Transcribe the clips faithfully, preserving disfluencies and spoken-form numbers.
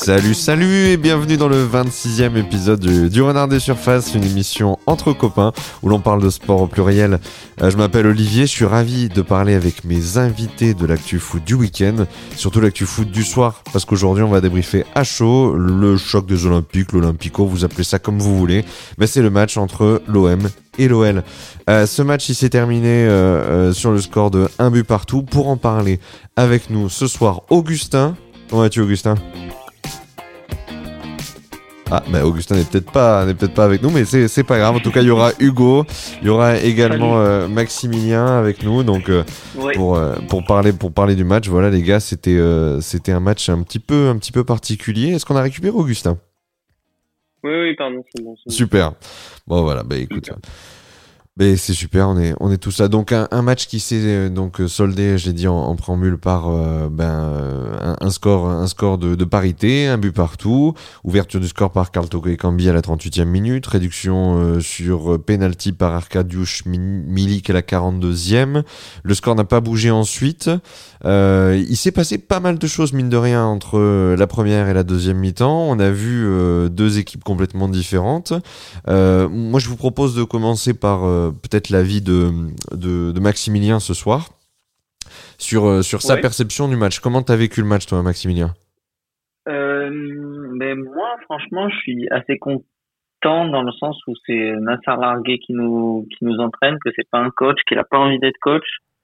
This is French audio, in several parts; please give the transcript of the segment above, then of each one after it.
Salut, salut et bienvenue dans le vingt-sixième épisode du, du Renard des Surfaces, une émission entre copains où l'on parle de sport au pluriel. Euh, je m'appelle Olivier, je suis ravi de parler avec mes invités de l'actu foot du week-end, surtout l'actu foot du soir, parce qu'aujourd'hui on va débriefer à chaud le choc des Olympiques, l'Olympico, vous appelez ça comme vous voulez, mais c'est le match entre l'O M et l'O L. Euh, ce match il s'est terminé euh, euh, sur le score de un but partout. Pour en parler avec nous ce soir, Augustin. Comment vas-tu, Augustin ? Ah, bah Augustin n'est peut-être pas, n'est peut-être pas avec nous, mais c'est, c'est pas grave. En tout cas, il y aura Hugo, il y aura également euh, Maximilien avec nous, donc euh, oui. pour euh, pour parler pour parler du match. Voilà, les gars, c'était euh, c'était un match un petit peu un petit peu particulier. Est-ce qu'on a récupéré Augustin ? Oui, oui, pardon, c'est bon. C'est super. Bon, voilà, bah écoute. Super. Mais c'est super, on est, on est tous là. Donc un, un match qui s'est euh, donc soldé, je l'ai dit en, en préambule, par euh, ben, euh, un, un score, un score de, de parité, un but partout, ouverture du score par Karl Toko Ekambi à la trente-huitième minute, réduction euh, sur penalty par Arkadiusz Milik à la quarante-deuxième. Le score n'a pas bougé ensuite. Euh, il s'est passé pas mal de choses, mine de rien, entre la première et la deuxième mi-temps. On a vu euh, deux équipes complètement différentes. Euh, moi, je vous propose de commencer par euh, peut-être l'avis de, de, de Maximilien ce soir sur, euh, sur sa ouais. perception du match. Comment t'as vécu le match, toi, Maximilien ? euh, mais Moi, franchement, je suis assez content dans le sens où c'est Nasser Largué qui nous, qui nous entraîne, que c'est pas un coach, qu'il a pas envie d'être coach.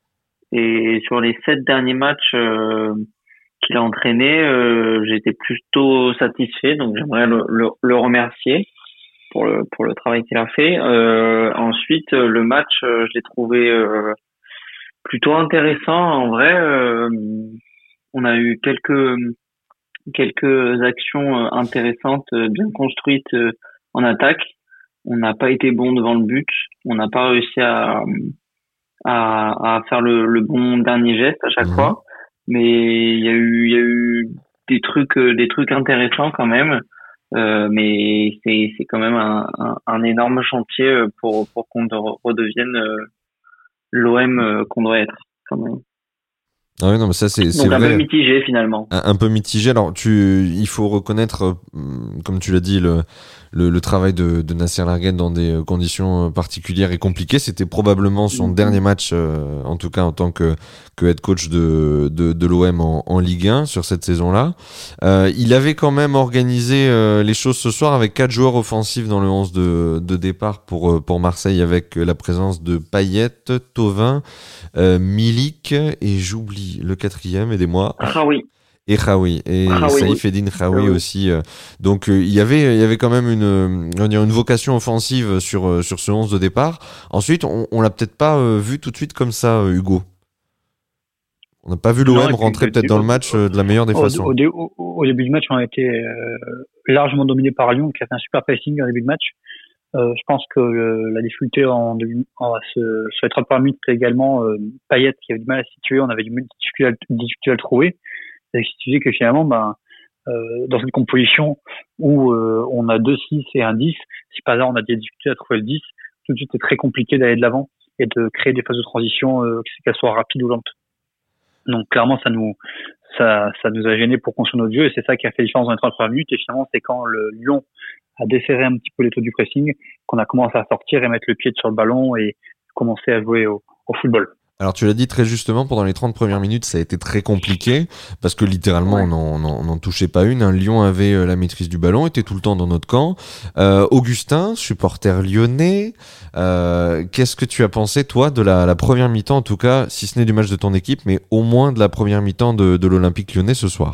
Et sur les sept derniers matchs euh, qu'il a entraînés, euh, j'étais plutôt satisfait, donc j'aimerais le, le, le remercier pour le pour le travail qu'il a fait. Euh, ensuite, le match, euh, je l'ai trouvé euh, plutôt intéressant. En vrai, euh, on a eu quelques quelques actions intéressantes, bien construites euh, en attaque. On n'a pas été bon devant le but. On n'a pas réussi à à, à faire le, le bon dernier geste à chaque mmh. fois, mais il y a eu il y a eu des trucs des trucs intéressants quand même, euh, mais c'est c'est quand même un, un, un énorme chantier pour pour qu'on redevienne euh, l'O M qu'on doit être quand même. Ah oui, non, mais ça, c'est, c'est Donc un vrai. peu mitigé finalement. Un, un peu mitigé. Alors, tu, il faut reconnaître, comme tu l'as dit, le, le, le travail de, de Nasser Largué dans des conditions particulières et compliquées. C'était probablement son mmh. dernier match, euh, en tout cas en tant que, que head coach de, de, de l'O M en, en Ligue un sur cette saison-là. Euh, il avait quand même organisé euh, les choses ce soir avec quatre joueurs offensifs dans le onze de, de départ pour, pour Marseille, avec la présence de Payet, Thauvin, euh, Milik et j'oublie le quatrième, aidez-moi. Ah oui. Et Khaoui, et Saïf Eddine Khaoui aussi. Donc euh, il y avait, il y avait quand même une, on va dire une vocation offensive sur sur ce onze de départ. Ensuite, on, on l'a peut-être pas euh, vu tout de suite comme ça, euh, Hugo. On n'a pas vu l'O M non, rentrer peut-être dans le match euh, de la meilleure des au, façons. Au, au, au début du match, on a été euh, largement dominé par Lyon, qui a fait un super pressing au début de match. Euh, je pense que euh, la difficulté en, en, en ce, sur les trente premières minutes, c'est également euh, Payet qui avait du mal à se situer. On avait du difficulté à, difficulté à le trouver. C'est ce qui fait que finalement, ben, euh, dans une composition où euh, on a deux six et un dix, si par hasard on a des difficultés à trouver le dix, tout de suite c'est très compliqué d'aller de l'avant et de créer des phases de transition, euh, qu'elles soient rapides ou lentes. Donc clairement, ça nous ça ça nous a gêné pour construire notre jeu et c'est ça qui a fait la différence dans les trente premières minutes. Et finalement, c'est quand le Lyon a desserré un petit peu les taux du pressing qu'on a commencé à sortir et mettre le pied sur le ballon et commencer à jouer au, au football. Alors tu l'as dit très justement, pendant les trente premières minutes, ça a été très compliqué parce que littéralement ouais. on n'en touchait pas une. Hein. Lyon avait euh, la maîtrise du ballon, était tout le temps dans notre camp. Euh, Augustin, supporter lyonnais, euh, qu'est-ce que tu as pensé toi de la, la première mi-temps, en tout cas, si ce n'est du match de ton équipe, mais au moins de la première mi-temps de, de l'Olympique lyonnais ce soir ?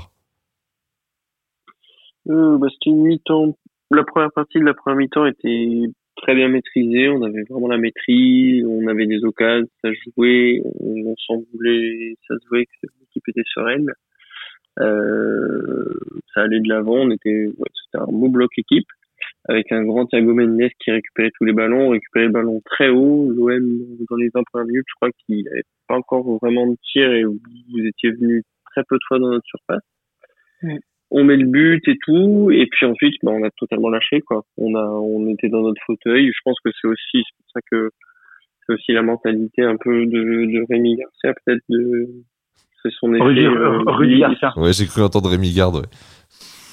euh, bah, C'était une mi-temps. La première partie de la première mi-temps était très bien maîtrisé, on avait vraiment la maîtrise, on avait des occasions, ça jouait, on, on s'en voulait, ça se voyait que l'équipe était sereine, euh, ça allait de l'avant, on était, ouais, c'était un beau bloc équipe, avec un grand Thiago Mendes qui récupérait tous les ballons, on récupérait le ballon très haut, l'O M dans les vingt premières minutes, je crois qu'il n'avait pas encore vraiment de tir et vous étiez venu très peu de fois dans notre surface. Ouais. On met le but et tout, et puis ensuite, bah, on a totalement lâché, quoi. On a, on était dans notre fauteuil. Je pense que c'est aussi, c'est pour ça que c'est aussi la mentalité un peu de, de Rémi Garcia, peut-être de, c'est son effet. Rudy, euh, Rudy Garcia. Ouais, j'ai cru entendre Rémi Garde, ouais.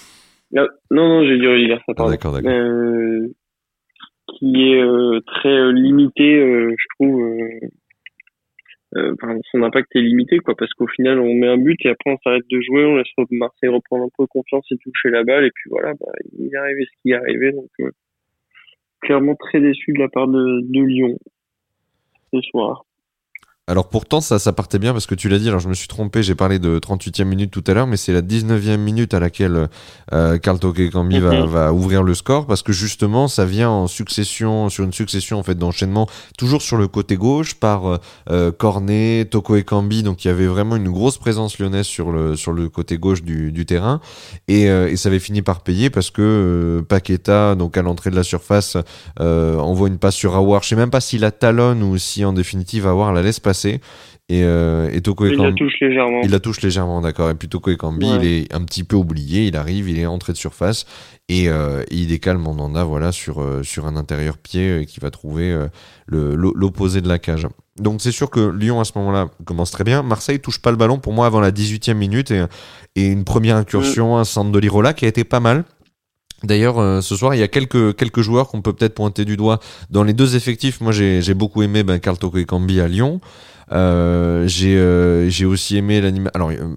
Non, non, non, j'ai dit Rudiger, ça Ah, pardon. d'accord, d'accord. Euh, qui est euh, très euh, limité, euh, je trouve. Euh, euh, enfin, son impact est limité, quoi, parce qu'au final, on met un but et après on s'arrête de jouer, on laisse Marseille reprendre un peu confiance et toucher la balle, et puis voilà, bah, il est arrivé ce qui est arrivé, donc euh, clairement très déçu de la part de, de Lyon ce soir. Alors pourtant ça, ça partait bien parce que tu l'as dit, alors je me suis trompé, j'ai parlé de trente-huitième minute tout à l'heure, mais c'est la dix-neuvième minute à laquelle euh, Karl Toko Ekambi va, va ouvrir le score, parce que justement ça vient en succession, sur une succession en fait d'enchaînements, toujours sur le côté gauche par euh, Cornet, Toko Ekambi, donc il y avait vraiment une grosse présence lyonnaise sur le, sur le côté gauche du, du terrain, et, euh, et ça avait fini par payer parce que euh, Paqueta, donc à l'entrée de la surface, euh, envoie une passe sur Aouar, je sais même pas s'il la talonne ou si en définitive Aouar la laisse passer. Et, euh, et Toko Ekambi, il la touche légèrement. Il la touche légèrement, d'accord. Et puis Toko Ekambi, ouais. Il est un petit peu oublié. Il arrive, il est entré de surface et, euh, et il décale Mandanda, voilà, sur euh, sur un intérieur pied euh, qui va trouver euh, le l'opposé de la cage. Donc c'est sûr que Lyon à ce moment-là commence très bien. Marseille touche pas le ballon pour moi avant la dix-huitième minute et et une première incursion, mmh. un centre de Lirola qui a été pas mal. D'ailleurs, euh, ce soir, il y a quelques quelques joueurs qu'on peut peut-être pointer du doigt dans les deux effectifs. Moi, j'ai j'ai beaucoup aimé ben Karl Toko Ekambi à Lyon. Euh, j'ai euh, j'ai aussi aimé l'animation. Alors, euh,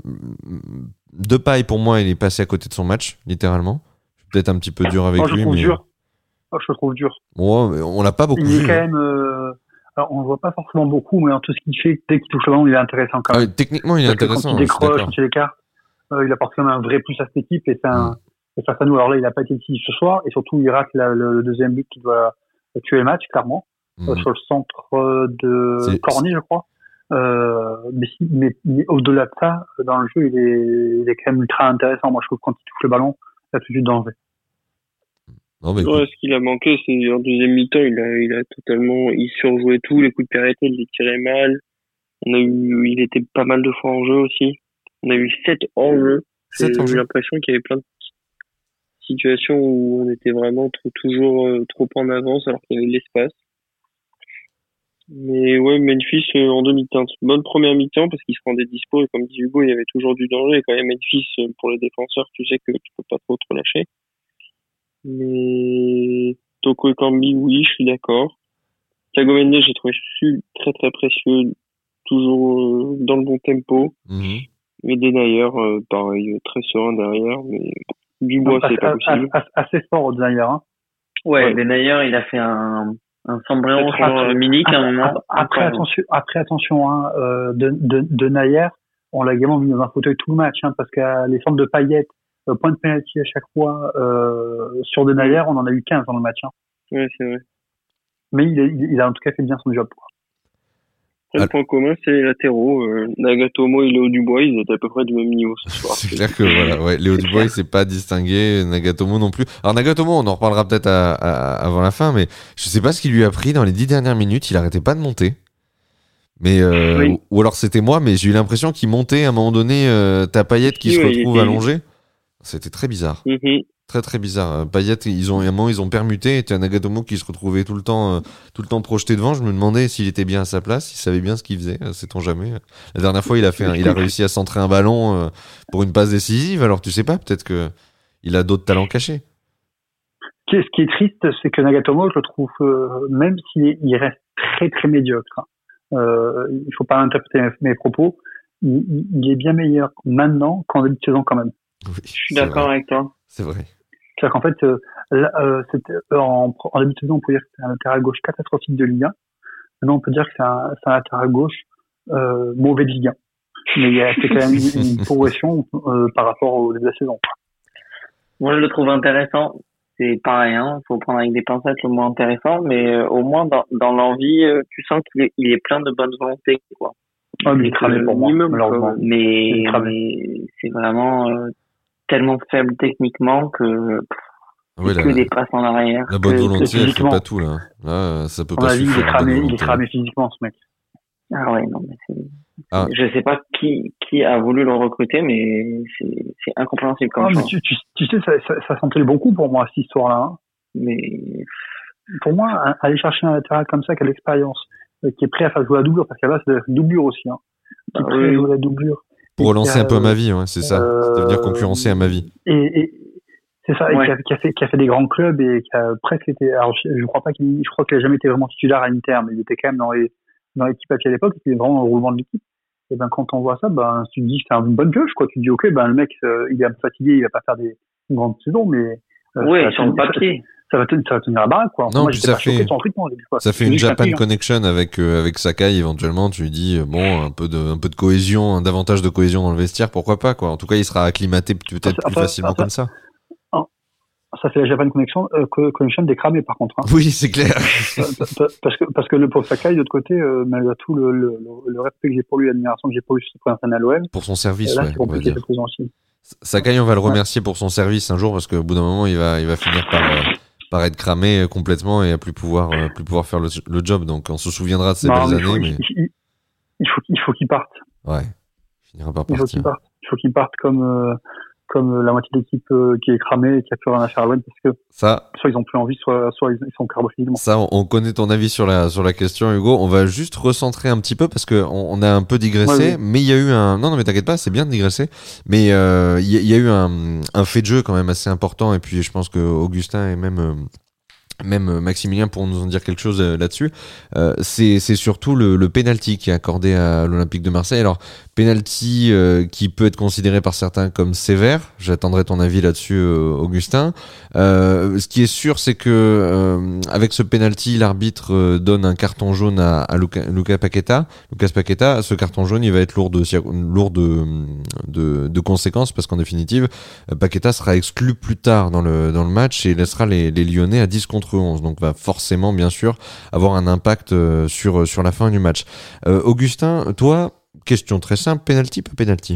Depay pour moi, il est passé à côté de son match, littéralement. Peut-être un petit peu dur avec oh, je lui, trouve mais dur. Oh, je le trouve dur. Bon, on l'a pas beaucoup il vu. Il est quand hein. même. Euh... Alors, on le voit pas forcément beaucoup, mais en tout ce qu'il fait, dès qu'il touche le ballon, il est intéressant quand même. Ah, techniquement, il est Parce intéressant. Quand il décroche, quand il écarte, euh, il apporte quand même un vrai plus à cette équipe et c'est un. Mm. Et face à nous, alors là, il n'a pas été ici ce soir, et surtout, il rate la, le, le deuxième but qui doit tuer le match, clairement, mmh. euh, sur le centre de c'est, Corny, c'est... je crois. Euh, mais, mais, mais au-delà de ça, dans le jeu, il est, il est quand même ultra intéressant. Moi, je trouve que quand il touche le ballon, il a tout de suite danger. Non, mais ouais, ce qu'il a manqué, c'est en deuxième mi-temps, il a, il a totalement, il surjouait tout, les coups de pied il les tirait mal. On a eu, il était pas mal de fois en jeu aussi. On a eu sept en jeu. J'ai eu l'impression qu'il y avait plein de situation où on était vraiment trop, toujours euh, trop en avance alors qu'il y avait de l'espace. Mais ouais, Memphis euh, en demi-temps. Bonne première mi-temps parce qu'il se rendait dispo et comme dit Hugo, il y avait toujours du danger. Et quand même Memphis, euh, pour les défenseurs, tu sais que tu peux pas trop te relâcher. Mais Toko Ekambi, oui, je suis d'accord. Thiago Mendes, j'ai trouvé très très précieux, toujours euh, dans le bon tempo. Mm-hmm. Mais Denayer, euh, pareil, très serein derrière, mais Dubois, c'est pas possible. Assez fort au Denayer. Hein. Ouais, ouais. Denayer, il a fait un, un sombrero sur euh, Milik à un moment. Après, attention, après, attention, hein, euh, de, de, Denayer, on l'a également mis dans un fauteuil tout le match, hein, parce que les centres de Payet, euh, point de pénalty à chaque fois, euh, sur Denayer, on en a eu quinze dans le match. Hein. Ouais, c'est vrai. Mais il a, il a en tout cas fait bien son job. Le point commun, c'est les latéraux. Euh, Nagatomo et Léo Dubois, ils étaient à peu près du même niveau ce soir. C'est clair que voilà, ouais, Léo Dubois, il s'est pas distingué, Nagatomo non plus. Alors Nagatomo, on en reparlera peut-être à, à, avant la fin, mais je sais pas ce qu'il lui a pris dans les dix dernières minutes. Il arrêtait pas de monter. Mais euh, oui. ou, ou alors c'était moi, mais j'ai eu l'impression qu'il montait à un moment donné. Euh, ta Payet qui oui, se retrouve allongée. C'était très bizarre. Mm-hmm. Très très bizarre. Payet, ils ont à un moment ils ont permuté et tu as Nagatomo qui se retrouvait tout le temps euh, tout le temps projeté devant. Je me demandais s'il était bien à sa place, il savait bien ce qu'il faisait, sait-on jamais. La dernière fois, il a fait un, il a réussi à centrer un ballon euh, pour une passe décisive, alors tu sais pas, peut-être que il a d'autres talents cachés. Ce qui est triste, c'est que Nagatomo, je le trouve euh, même s'il il reste très très médiocre. Euh, il faut pas interpréter mes propos, il, il est bien meilleur maintenant qu'en début de saison quand même. Oui, je suis d'accord vrai. avec toi. C'est vrai. C'est-à-dire qu'en fait, euh, là, euh, c'était, euh, en, en début de saison, on pouvait dire que c'était un latéral gauche catastrophique de Ligue un. Maintenant, on peut dire que c'est un, c'est un latéral gauche euh, mauvais de Ligue un. Mais il y a, c'est quand même une, une progression euh, par rapport au début de la saison. Moi, je le trouve intéressant. C'est pareil, hein. Faut prendre avec des pincettes le mot intéressant, mais euh, au moins dans, dans l'envie, euh, tu sens qu'il est, il est plein de bonne volonté, quoi. Ah, mais il est cramé pour moi, malheureusement. Mais, mais c'est vraiment euh, tellement faible techniquement que pff, ouais, que la, des passes en arrière. La bonne volonté, elle fait pas tout là. Là, ça peut on pas suffire. Il est cramé, il est cramé physiquement, ce mec. Ah ouais, non, mais c'est. Ah. Je sais pas qui qui a voulu le recruter, mais c'est c'est incompréhensible comme ah, mais tu, tu, tu sais, ça, ça, ça sentait le bon coup pour moi cette histoire-là. Hein. Mais pour moi, aller chercher un latéral comme ça qui a l'expérience, qui est prêt à faire jouer la doublure, parce que là, c'est une doublure aussi, hein. Qui est prêt à jouer la doublure. Pour relancer a, un peu à ma vie, ouais, c'est ça. Euh, c'est de venir concurrencer à ma vie. Et, et C'est ça, Ouais. et qui a, qui a fait, qui a fait des grands clubs et qui a presque été, alors je, je crois pas qu'il, je crois qu'il a jamais été vraiment titulaire à Inter, mais il était quand même dans les, dans l'équipe papier à l'époque, il était vraiment dans le roulement de l'équipe. Et ben, quand on voit ça, ben, tu te dis que c'est une bonne pioche, quoi. Tu te dis, ok, ben, le mec, euh, il est un peu fatigué, il va pas faire des, une grande saison, mais, euh, Ouais, ça va sur le tenir- papier. Ça va, tenir, ça va tenir la baraque, quoi. Non, Moi, puis j'étais ça pas choqué fait- de son traitement au début, quoi. Ça fait Je une dis que c'est Japan intelligent. connection avec euh, avec Sakai éventuellement. Tu lui dis euh, bon un peu de un peu de cohésion, un davantage de cohésion dans le vestiaire, pourquoi pas quoi. En tout cas, il sera acclimaté peut-être Enfin, plus enfin, facilement enfin, comme ça. Ça fait la Japan Connection, euh, co- Connection des cramés, par contre, hein. Oui, c'est clair. parce que, parce que le pauvre Sakai, de l'autre côté, euh, malgré tout le, le, le, le respect que j'ai pour lui, l'admiration que j'ai pour lui sur cette première à l'O M, Pour son service, là, ouais, c'est on va compliqué dire. cette saison aussi. Sakai, on va le remercier pour son service un jour parce qu'au bout d'un moment, il va il va finir par euh, par être cramé complètement et à plus pouvoir euh, plus pouvoir faire le, le job. Donc on se souviendra de ces Non, belles mais il faut, années, mais il, il, il faut, il faut qu'il parte. ouais, il finira par Il faut qu'il partir. parte. Il faut qu'il parte comme, euh, comme la moitié de l'équipe euh, qui est cramée et qui a plus rien à faire à l'O M parce que Ça, soit ils ont plus envie, soit, soit ils, ils sont carbo physiquement. Ça, on- on connaît ton avis sur la sur la question, Hugo. On va juste recentrer un petit peu parce que on, on a un peu digressé, Ouais, oui. mais il y a eu un non non mais t'inquiète pas, c'est bien de digresser, mais euh, il y, a- il y a eu un un fait de jeu quand même assez important et puis je pense que Augustin et même euh, même euh, Maximilien pourront nous en dire quelque chose euh, là-dessus. Euh, c'est c'est surtout le le penalty qui est accordé à l'Olympique de Marseille. Alors penalty euh, qui peut être considéré par certains comme sévère. J'attendrai ton avis là-dessus, euh, Augustin. Euh, ce qui est sûr, c'est que euh, avec ce penalty, l'arbitre euh, donne un carton jaune à, à Luca, Luca Paqueta. Lucas Paqueta, ce carton jaune, il va être lourd de lourd de de, de conséquences parce qu'en définitive, Paqueta sera exclu plus tard dans le dans le match et laissera les, les Lyonnais à dix contre onze. Donc va forcément, bien sûr, avoir un impact euh, sur sur la fin du match. Euh, Augustin, toi, question très simple, penalty pas penalty?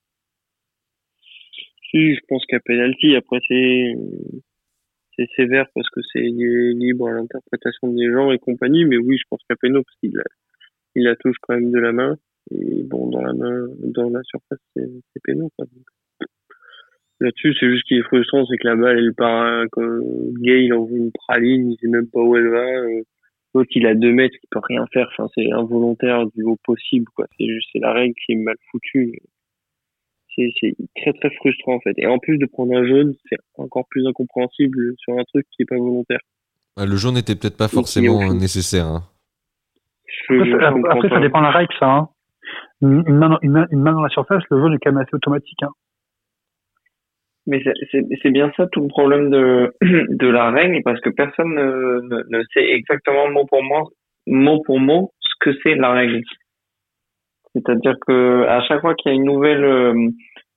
Si, je pense qu'à penalty, après c'est c'est sévère parce que c'est libre à l'interprétation des gens et compagnie, mais oui, je pense qu'à péno parce qu'il la, il la touche quand même de la main et bon, dans la main, dans la surface, c'est, c'est péno, quoi. Donc, là-dessus, c'est juste ce qui est frustrant, c'est que la balle, elle part, quand Gay, il envoie une praline, il sait même pas où elle va, euh, l'autre, il a deux mètres, il peut rien faire, enfin, c'est involontaire du haut possible, quoi. C'est juste, c'est la règle qui est mal foutue. C'est, c'est très très frustrant en fait. Et en plus de prendre un jaune, c'est encore plus incompréhensible sur un truc qui est pas volontaire. Le jaune n'était peut-être pas forcément nécessaire. Hein. Je, après, je ça, après ça dépend de la règle, ça. Hein. Une, une, main dans, une, main, une main dans la surface, le jaune est quand même assez automatique. Hein. Mais c'est, c'est, c'est bien ça tout le problème de, de la règle, parce que personne ne, ne, ne sait exactement mot pour mot, mot pour mot ce que c'est la règle. C'est-à-dire que à chaque fois qu'il y a une nouvelle euh,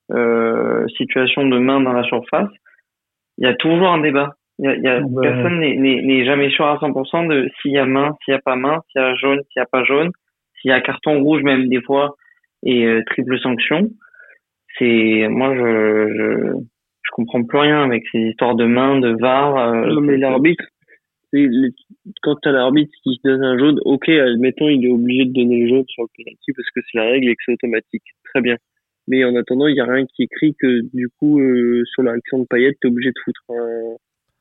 euh, situation de main dans la surface, il y a toujours un débat. Il y a, il y a ouais. Personne n'est, n'est, n'est jamais sûr à cent pour cent de s'il y a main, s'il y a pas main, s'il y a jaune, s'il y a pas jaune, s'il y a carton rouge même des fois et euh, triple sanction. C'est moi je, je je comprends plus rien avec ces histoires de main, de V A R. Euh, non mais l'arbitre, c'est les, quand t'as l'arbitre qui se donne un jaune, ok, admettons il est obligé de donner le jaune sur le penalty parce que c'est la règle et que c'est automatique, très bien. Mais en attendant, il y a rien qui écrit que du coup euh, sur l'action de Payet, t'es obligé de foutre un,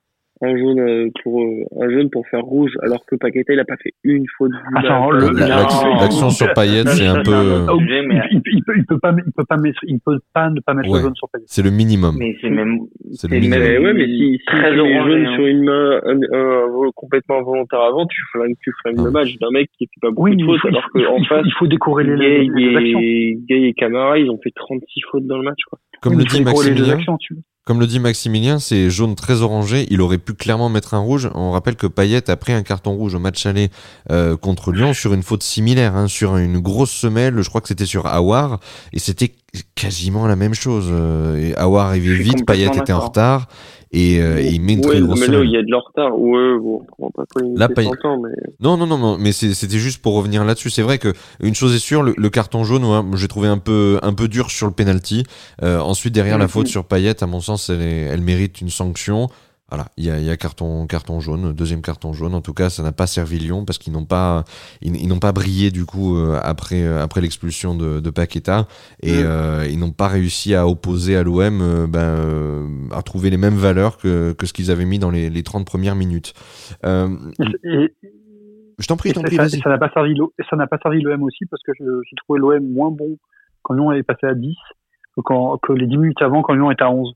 un jaune pour euh, un jaune pour faire rouge, alors que Paqueta il a pas fait une faute. Attends, le, la, l'action, l'action sur Payet, c'est un peu. Euh... Sujet, mais... il, il, il, peut, il peut pas, il peut pas mettre, il peut pas ne pas mettre ouais. le jaune sur Payet. C'est le minimum. Mais c'est même, c'est, c'est le minimum. Mais ouais, mais si, si très tu mets jaune hein. sur une main, un, un, un, complètement involontaire avant, tu flingues, tu flingues ah. le match d'un mec qui fait pas beaucoup oui, de fautes, faut, alors qu'en face, il faut décorer les, Gay, les, les actions. Gay et Camara, ils ont fait trente-six fautes dans le match, quoi. Comme oui, le dit Maximilien. Actions, tu... Comme le dit Maximilien, c'est jaune très orangé. Il aurait pu clairement mettre un rouge. On rappelle que Payet a pris un carton rouge au match aller euh, contre Lyon sur une faute similaire, hein, sur une grosse semelle. Je crois que c'était sur Aouar et c'était quasiment la même chose. Et Aouar arrivait vite, Payet était en retard et, euh, et il met une ouais, très grosse mais semelle. là, il y a de leur retard. Ouais, bon, on va pas limiter là, Payet... temps, mais... Non, non, non, non, mais c'est, c'était juste pour revenir là-dessus. C'est vrai que une chose est sûre, le, le carton jaune, ouais, j'ai trouvé un peu, un peu dur sur le penalty. Euh, ensuite, derrière mmh. la faute sur Payet, à mon sens, elle, est, elle mérite une sanction. Voilà, il y a, il y a carton, carton jaune, deuxième carton jaune. En tout cas, ça n'a pas servi Lyon parce qu'ils n'ont pas, ils, ils n'ont pas brillé du coup euh, après, euh, après l'expulsion de, de Paqueta et mmh. euh, ils n'ont pas réussi à opposer à l'O M, euh, ben, euh, à trouver les mêmes valeurs que, que ce qu'ils avaient mis dans les, les trente premières minutes. Euh, et, je t'en prie, je t'en prie, ça, vas-y. Ça n'a pas servi l'O, ça n'a pas servi l'O M aussi parce que je, j'ai trouvé l'O M moins bon quand Lyon est passé à dix que, quand, que les dix minutes avant quand Lyon était à onze.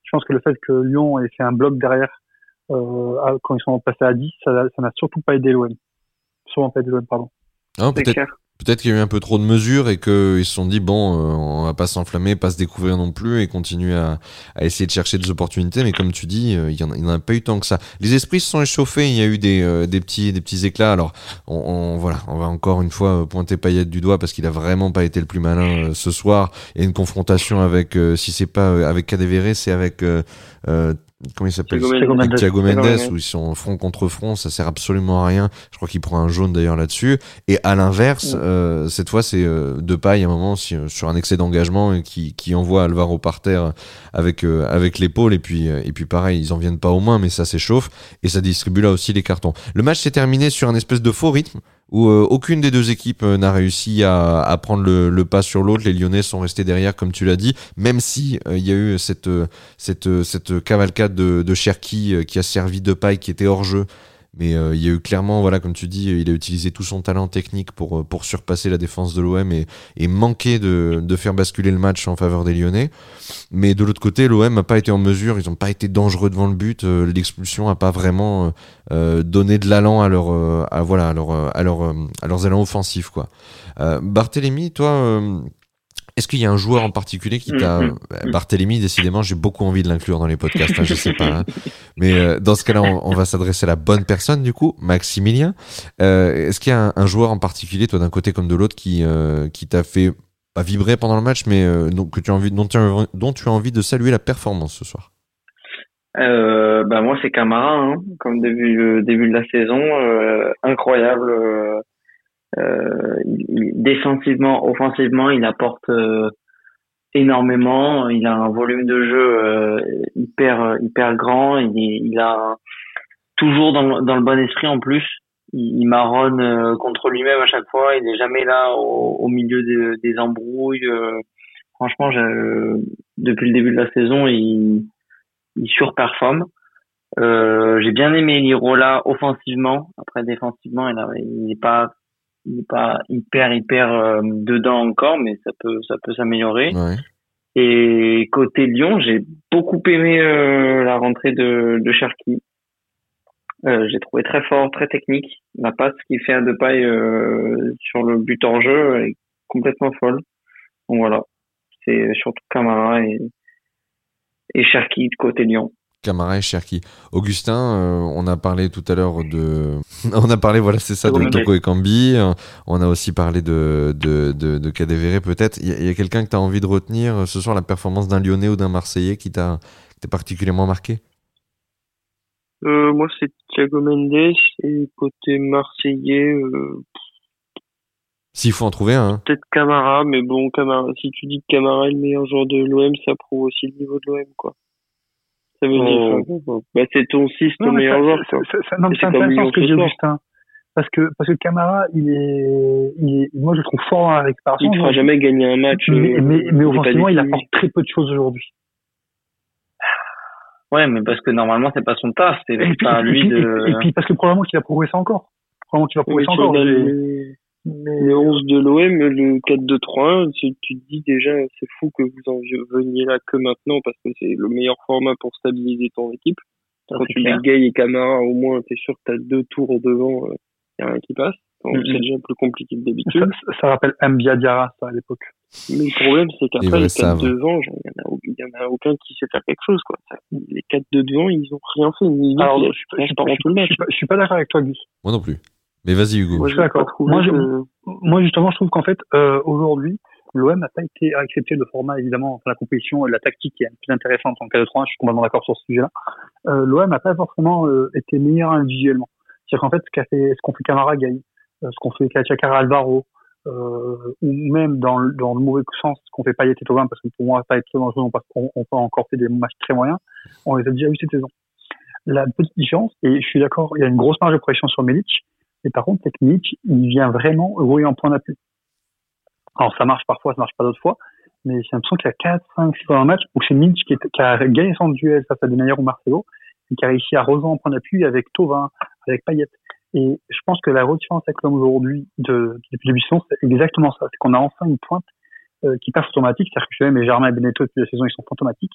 Je pense que le fait que Lyon ait fait un bloc derrière euh, quand ils sont passés à dix, ça, ça n'a surtout pas aidé l'O M. Sûrement pas aidé l'O M, pardon. Ah, peut-être, peut-être qu'il y a eu un peu trop de mesures et qu'ils se sont dit, bon, euh, on va pas s'enflammer, pas se découvrir non plus et continuer à, à essayer de chercher des opportunités. Mais comme tu dis, euh, il y en a, il y en a pas eu tant que ça. Les esprits se sont échauffés, il y a eu des, euh, des petits, des petits éclats. Alors, on, on, voilà, on va encore une fois pointer Payet du doigt parce qu'il a vraiment pas été le plus malin euh, ce soir. Il y a une confrontation avec, euh, si c'est pas euh, avec Cadevere, c'est avec, euh, euh, comment il s'appelle, Thiago Mendes, Thiago Mendes, où ils sont front contre front, ça sert absolument à rien. Je crois qu'il prend un jaune d'ailleurs là-dessus. Et à l'inverse, ouais. euh, cette fois c'est euh, Depay à un moment si, sur un excès d'engagement et qui qui envoie Alvaro par terre avec euh, avec l'épaule et puis euh, et puis pareil, ils en viennent pas au moins, mais ça s'échauffe et ça distribue là aussi les cartons. Le match s'est terminé sur un espèce de faux rythme où euh, aucune des deux équipes euh, n'a réussi à, à prendre le, le pas sur l'autre. Les Lyonnais sont restés derrière, comme tu l'as dit, même si il euh, y a eu cette cette cette cavalcade de, de Cherki euh, qui a servi Depay, qui était hors jeu. Mais il euh, y a eu clairement, voilà, comme tu dis, il a utilisé tout son talent technique pour pour surpasser la défense de l'O M et, et manquer de, de faire basculer le match en faveur des Lyonnais. Mais de l'autre côté, l'O M n'a pas été en mesure, ils n'ont pas été dangereux devant le but. Euh, l'expulsion n'a pas vraiment euh, donné de l'allant à leur, euh, à, voilà, à leur, à leur, à leurs élans offensifs, quoi. Euh, Barthélémy, toi. Euh, Est-ce qu'il y a un joueur en particulier qui t'a... Mmh, mmh. Barthélémy, décidément, j'ai beaucoup envie de l'inclure dans les podcasts, hein, je sais pas. Hein. Mais euh, dans ce cas-là, on, on va s'adresser à la bonne personne, du coup, Maximilien. Euh, est-ce qu'il y a un, un joueur en particulier, toi, d'un côté comme de l'autre, qui, euh, qui t'a fait, pas vibrer pendant le match, mais euh, donc, que tu as envie, dont, tu as, dont tu as envie de saluer la performance ce soir? euh, bah Moi, c'est Camara, hein, comme début, début de la saison. Euh, incroyable. Euh... Euh, il, défensivement, offensivement, il apporte euh, énormément. Il a un volume de jeu euh, hyper hyper grand. Il, est, il a toujours dans le, dans le bon esprit en plus. Il, il marronne euh, contre lui-même à chaque fois. Il n'est jamais là au, au milieu de, des embrouilles. Euh, franchement, je, depuis le début de la saison, il, il surperforme. Euh, j'ai bien aimé Lirola offensivement. Après, défensivement, il n'est pas il n'est pas hyper hyper euh, dedans encore, mais ça peut ça peut s'améliorer. Ouais. Et côté Lyon, j'ai beaucoup aimé euh, la rentrée de de Cherki. Euh, j'ai trouvé très fort, très technique. La passe qu'il fait à Depay euh, sur le but hors jeu est complètement folle. Donc voilà, c'est surtout Camara et et Cherki côté Lyon. Camara et Cherki. Augustin, euh, on a parlé tout à l'heure de, on a parlé, voilà, c'est ça, de Toko Ekambi. On a aussi parlé de de de, de Cadevere peut-être. Il y a, y a quelqu'un que tu as envie de retenir ce soir, la performance d'un Lyonnais ou d'un Marseillais qui t'a, qui t'a particulièrement marqué? Euh, moi, c'est Thiago Mendes et côté Marseillais. Euh... S'il faut en trouver un. Hein. Peut-être Camara, mais bon, Camara. Si tu dis que Camara est le meilleur joueur de l'O M, ça prouve aussi le niveau de l'O M, quoi. Ça veut dire, oh. bah, c'est ton six, ton meilleur joueur. Ça, ça, ça, non, c'est, c'est intéressant ce que dit Augustin. Parce que, parce que Camara, il est, il est, moi, je le trouve fort en récupération. Il ne fera jamais gagner un match. Mais, euh, mais, mais offensivement, il apporte très peu de choses aujourd'hui. Ouais, mais parce que normalement, c'est pas son taf, c'est et pas puis, lui et puis, de... Et puis, parce que probablement qu'il va progresser encore. Probablement qu'il va progresser encore. Le, mais... le onze de l'O M, le quatre deux trois un, tu te dis déjà, c'est fou que vous en veniez là que maintenant, parce que c'est le meilleur format pour stabiliser ton équipe. Ça, quand tu dis Gay et Camara, au moins, t'es sûr que t'as deux tours devant, il euh, y a rien qui passe. Donc, mm-hmm. C'est déjà plus compliqué que d'habitude. Ça, ça rappelle Mbia Diarra, ça, à l'époque. Mais le problème, c'est qu'après, les quatre devant, il y en a aucun qui sait faire quelque chose, quoi. Les quatre de devant, ils ont rien fait. Ils Alors, je, je, je, tout le match. Je, je suis pas d'accord avec toi, Gus. Moi non plus. Mais vas-y, Hugo. Moi, je suis d'accord. Moi, je, que... moi, justement, je trouve qu'en fait, euh, aujourd'hui, l'O M n'a pas été à accepter le format, évidemment, enfin, la compétition et la tactique qui est plus intéressante en quatre deux trois un. Je suis complètement d'accord sur ce sujet-là. Euh, L'O M n'a pas forcément euh, été meilleur individuellement. C'est-à-dire qu'en fait, ce qu'a fait, ce qu'on fait Camara Gaï, euh, ce qu'on fait Kachakara Alvaro, euh, ou même dans le, dans le mauvais sens, ce qu'on fait Payet et Thauvin, parce que pour moi, Payet et Thauvin, parce qu'on on peut encore faire des matchs très moyens, on les a déjà eu cette saison. La petite différence, et je suis d'accord, il y a une grosse marge de progression sur Milic, et par contre, c'est que Milic, il vient vraiment rouiller en point d'appui. Alors, ça marche parfois, ça marche pas d'autres fois, mais j'ai l'impression qu'il y a quatre, cinq, six fois dans un match où c'est Milic qui, qui a gagné son duel face à Denayer ou Marcelo, et qui a réussi à rejoindre en point d'appui avec Thauvin, avec Payet. Et je pense que la différence avec l'homme aujourd'hui, de, depuis le début de saison, c'est exactement ça. C'est qu'on a enfin une pointe euh, qui passe automatique. C'est-à-dire que je sais, mais Germain et Benetto, depuis la saison, ils sont fantomatiques.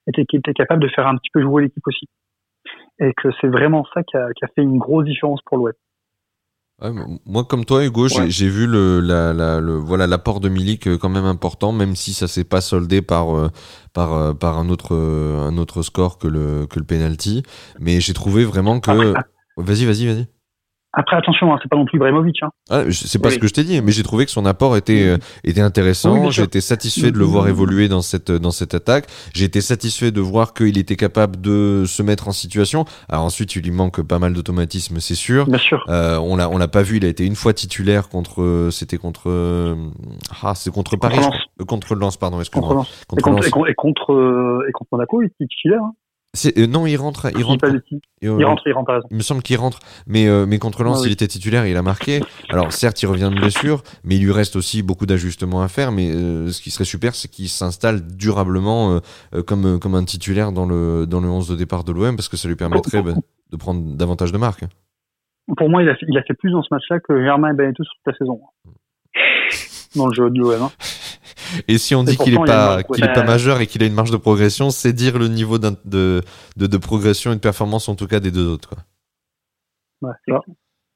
était, qui était capable de faire un petit peu jouer l'équipe aussi. Et que c'est vraiment ça qui a, qui a fait une grosse différence pour l'O M. Ouais, moi, comme toi, Hugo, ouais. j'ai, j'ai vu le, la, la, le, voilà, l'apport de Milik quand même important, même si ça s'est pas soldé par, euh, par, euh, par un autre, euh, un autre score que le, que le penalty. Mais j'ai trouvé vraiment que. Après, vas-y, vas-y, vas-y. Après, attention, hein, c'est pas non plus Ibrahimovic. Hein. Ah, c'est pas oui. ce que je t'ai dit, mais j'ai trouvé que son apport était, euh, était intéressant. Oui, j'ai été satisfait de le voir évoluer dans cette, dans cette attaque. J'ai été satisfait de voir qu'il était capable de se mettre en situation. Alors ensuite, il lui manque pas mal d'automatisme, c'est sûr. Bien sûr. Euh, on l'a, on l'a pas vu. Il a été une fois titulaire contre, c'était contre, ah, c'est contre Paris, contre Lens, je, contre Lens, pardon, excuse-moi. Contre Lens. Contre et, contre, Lens. Et, contre, et contre Monaco, il était titulaire. Hein. C'est, euh, non, il rentre. Il, rentre, il, il rentre, il rentre, raison. Il me semble qu'il rentre, mais, euh, mais contre Lens, ah, oui. il était titulaire, il a marqué. Alors, certes, il revient de blessure, mais il lui reste aussi beaucoup d'ajustements à faire. Mais euh, ce qui serait super, c'est qu'il s'installe durablement euh, comme, comme un titulaire dans le, dans le onze de départ de l'O M, parce que ça lui permettrait bah, de prendre davantage de marques. Pour moi, il a fait, il a fait plus dans ce match-là que Germain Benetton sur toute la saison. Dans le jeu de l'O M. Hein. Et si on dit qu'il est pas qu'il est pas majeur et qu'il a une marge de progression, c'est dire le niveau de, de de progression et de performance en tout cas des deux autres quoi. Ouais, c'est ça.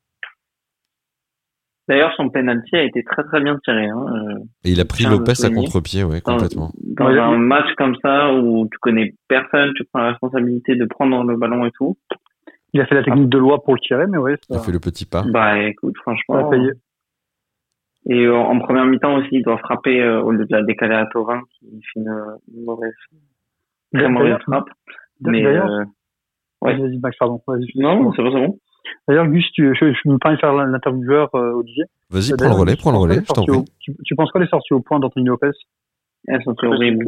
D'ailleurs, son penalty a été très très bien tiré. Hein. Et il a pris Lopez à contre-pied, ouais, complètement. Dans, dans un match comme ça où tu connais personne, tu prends la responsabilité de prendre le ballon et tout. Il a fait la technique de loi pour le tirer, mais ouais. Il a fait le petit pas. Bah écoute, franchement. Et euh, en première mi-temps aussi, il doit frapper euh, au lieu de la décaler à Thauvin qui fait une, une mauvaise, très mauvaise frappe. Mais d'ailleurs, euh, ouais. Vas-y, Max, pardon. Vas-y, non, c'est bon, c'est bon. D'ailleurs, Gus, tu, je, je me permets de faire l'intervieweur euh, Olivier. Vas-y, prends le relais, prends le relais, je t'en prie. Tu, tu penses quoi les sorties au point d'Anthony Lopez? Elles sont très horribles.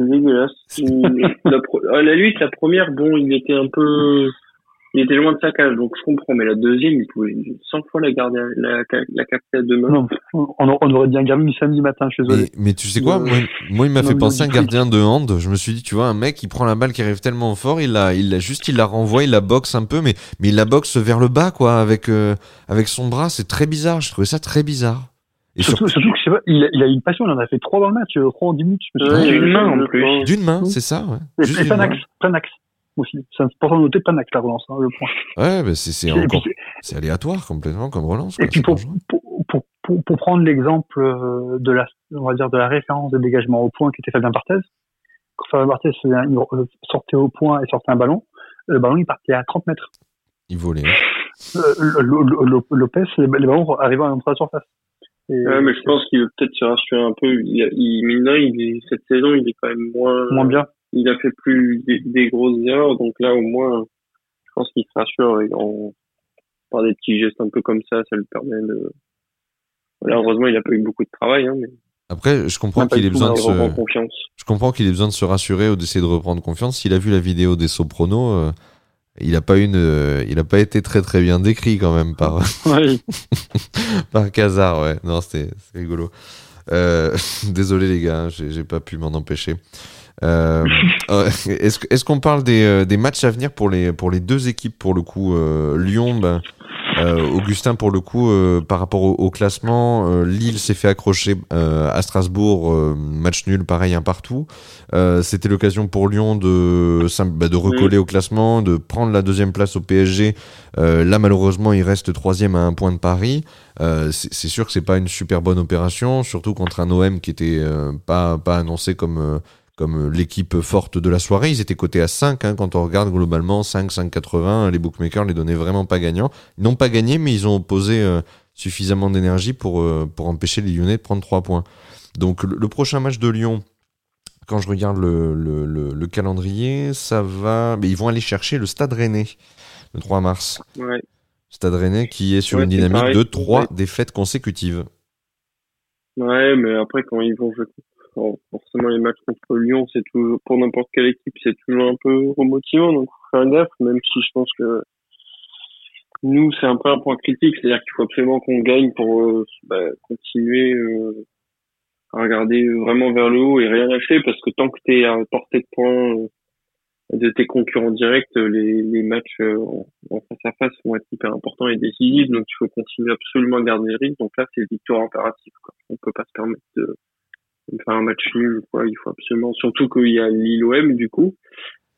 la, pro- à la limite, la première, bon, il était un peu, il était loin de sa cage, donc je comprends, mais la deuxième, il pouvait cent fois la garder, la, la capter à deux mains. Non, on, on aurait bien gardé du samedi matin, je suis désolé. Mais, mais tu sais quoi, euh, moi, moi, il m'a non, fait penser à un gardien de hand. Je me suis dit, tu vois, un mec, il prend la balle qui arrive tellement fort, il la, il la juste, il la renvoie, il la boxe un peu, mais, mais il la boxe vers le bas, quoi, avec, euh, avec son bras. C'est très bizarre. Je trouvais ça très bizarre. Et surtout, sur... surtout que je sais pas, il a, il a une passion, il en a fait trois dans le match, trois en dix minutes. Euh, D'une main, en plus. D'une main, c'est ça, ouais. Et, et Panax, Panax. Aussi. C'est important de noter Panax, la relance, hein, le point. Ouais, bah c'est, c'est encore, puis, c'est aléatoire complètement comme relance. Et quoi, puis pour, pour, pour, pour, pour prendre l'exemple de la, on va dire, de la référence de dégagement au point qui était Fabien Barthez. Quand Fabien Barthez sortait au point et sortait un ballon, le ballon, il partait à trente mètres. Il volait. Euh, Lopez, les ballons arrivaient à l'entrée de la surface. Et ouais, mais je pense qu'il veut peut-être se rassurer un peu. Il, il, mine il est, cette saison, il est quand même moins, moins bien. Il a fait plus des, des grosses erreurs, donc là, au moins, je pense qu'il se rassure et en, par des petits gestes un peu comme ça, ça lui permet de, voilà, heureusement, il a pas eu beaucoup de travail, hein, mais. Après, je comprends qu'il ait besoin de se, confiance. je comprends qu'il ait besoin de se rassurer ou d'essayer de reprendre confiance. S'il a vu la vidéo des Sopranos, euh, il a pas une, euh, il a pas été très très bien décrit quand même par, oui. par Cazard, ouais. Non, c'était, c'est rigolo. Euh, désolé les gars, j'ai, j'ai pas pu m'en empêcher. Euh, est-ce, est-ce qu'on parle des, euh, des matchs à venir pour les, pour les deux équipes pour le coup euh, Lyon, ben, euh, Augustin pour le coup euh, par rapport au, au classement, euh, Lille s'est fait accrocher euh, à Strasbourg, euh, match nul pareil un partout. Euh, c'était l'occasion pour Lyon de, bah, de recoller au classement, de prendre la deuxième place au P S G. Euh, là malheureusement il reste troisième à un point de Paris. Euh, c'est, c'est sûr que c'est pas une super bonne opération, surtout contre un O M qui était euh, pas, pas annoncé comme euh, comme l'équipe forte de la soirée. Ils étaient cotés à cinq, hein, quand on regarde globalement, cinq, cinq quatre-vingts, les bookmakers les donnaient vraiment pas gagnants. Ils n'ont pas gagné, mais ils ont opposé euh, suffisamment d'énergie pour, euh, pour empêcher les Lyonnais de prendre trois points. Donc le, le prochain match de Lyon, quand je regarde le, le, le, le calendrier, ça va... Mais ils vont aller chercher le Stade Rennais, le trois mars. Ouais. Stade Rennais qui est sur ouais, une dynamique pareil, de trois ouais. défaites consécutives. Ouais, mais après, quand ils vont jouer... Bon, forcément, les matchs contre Lyon, c'est toujours, pour n'importe quelle équipe, c'est toujours un peu remotivant, donc faut faire gaffe, même si je pense que nous, c'est un peu un point critique, c'est-à-dire qu'il faut absolument qu'on gagne pour euh, bah, continuer euh, à regarder vraiment vers le haut et rien lâcher, parce que tant que t'es à portée de points euh, de tes concurrents directs, les, les matchs euh, en, en face à face vont être hyper importants et décisifs, donc il faut continuer absolument à garder le rythme, donc là, c'est victoire impérative, quoi. On peut pas se permettre de faire un match nul, quoi. Il faut absolument, surtout qu'il y a Lille-O M, du coup.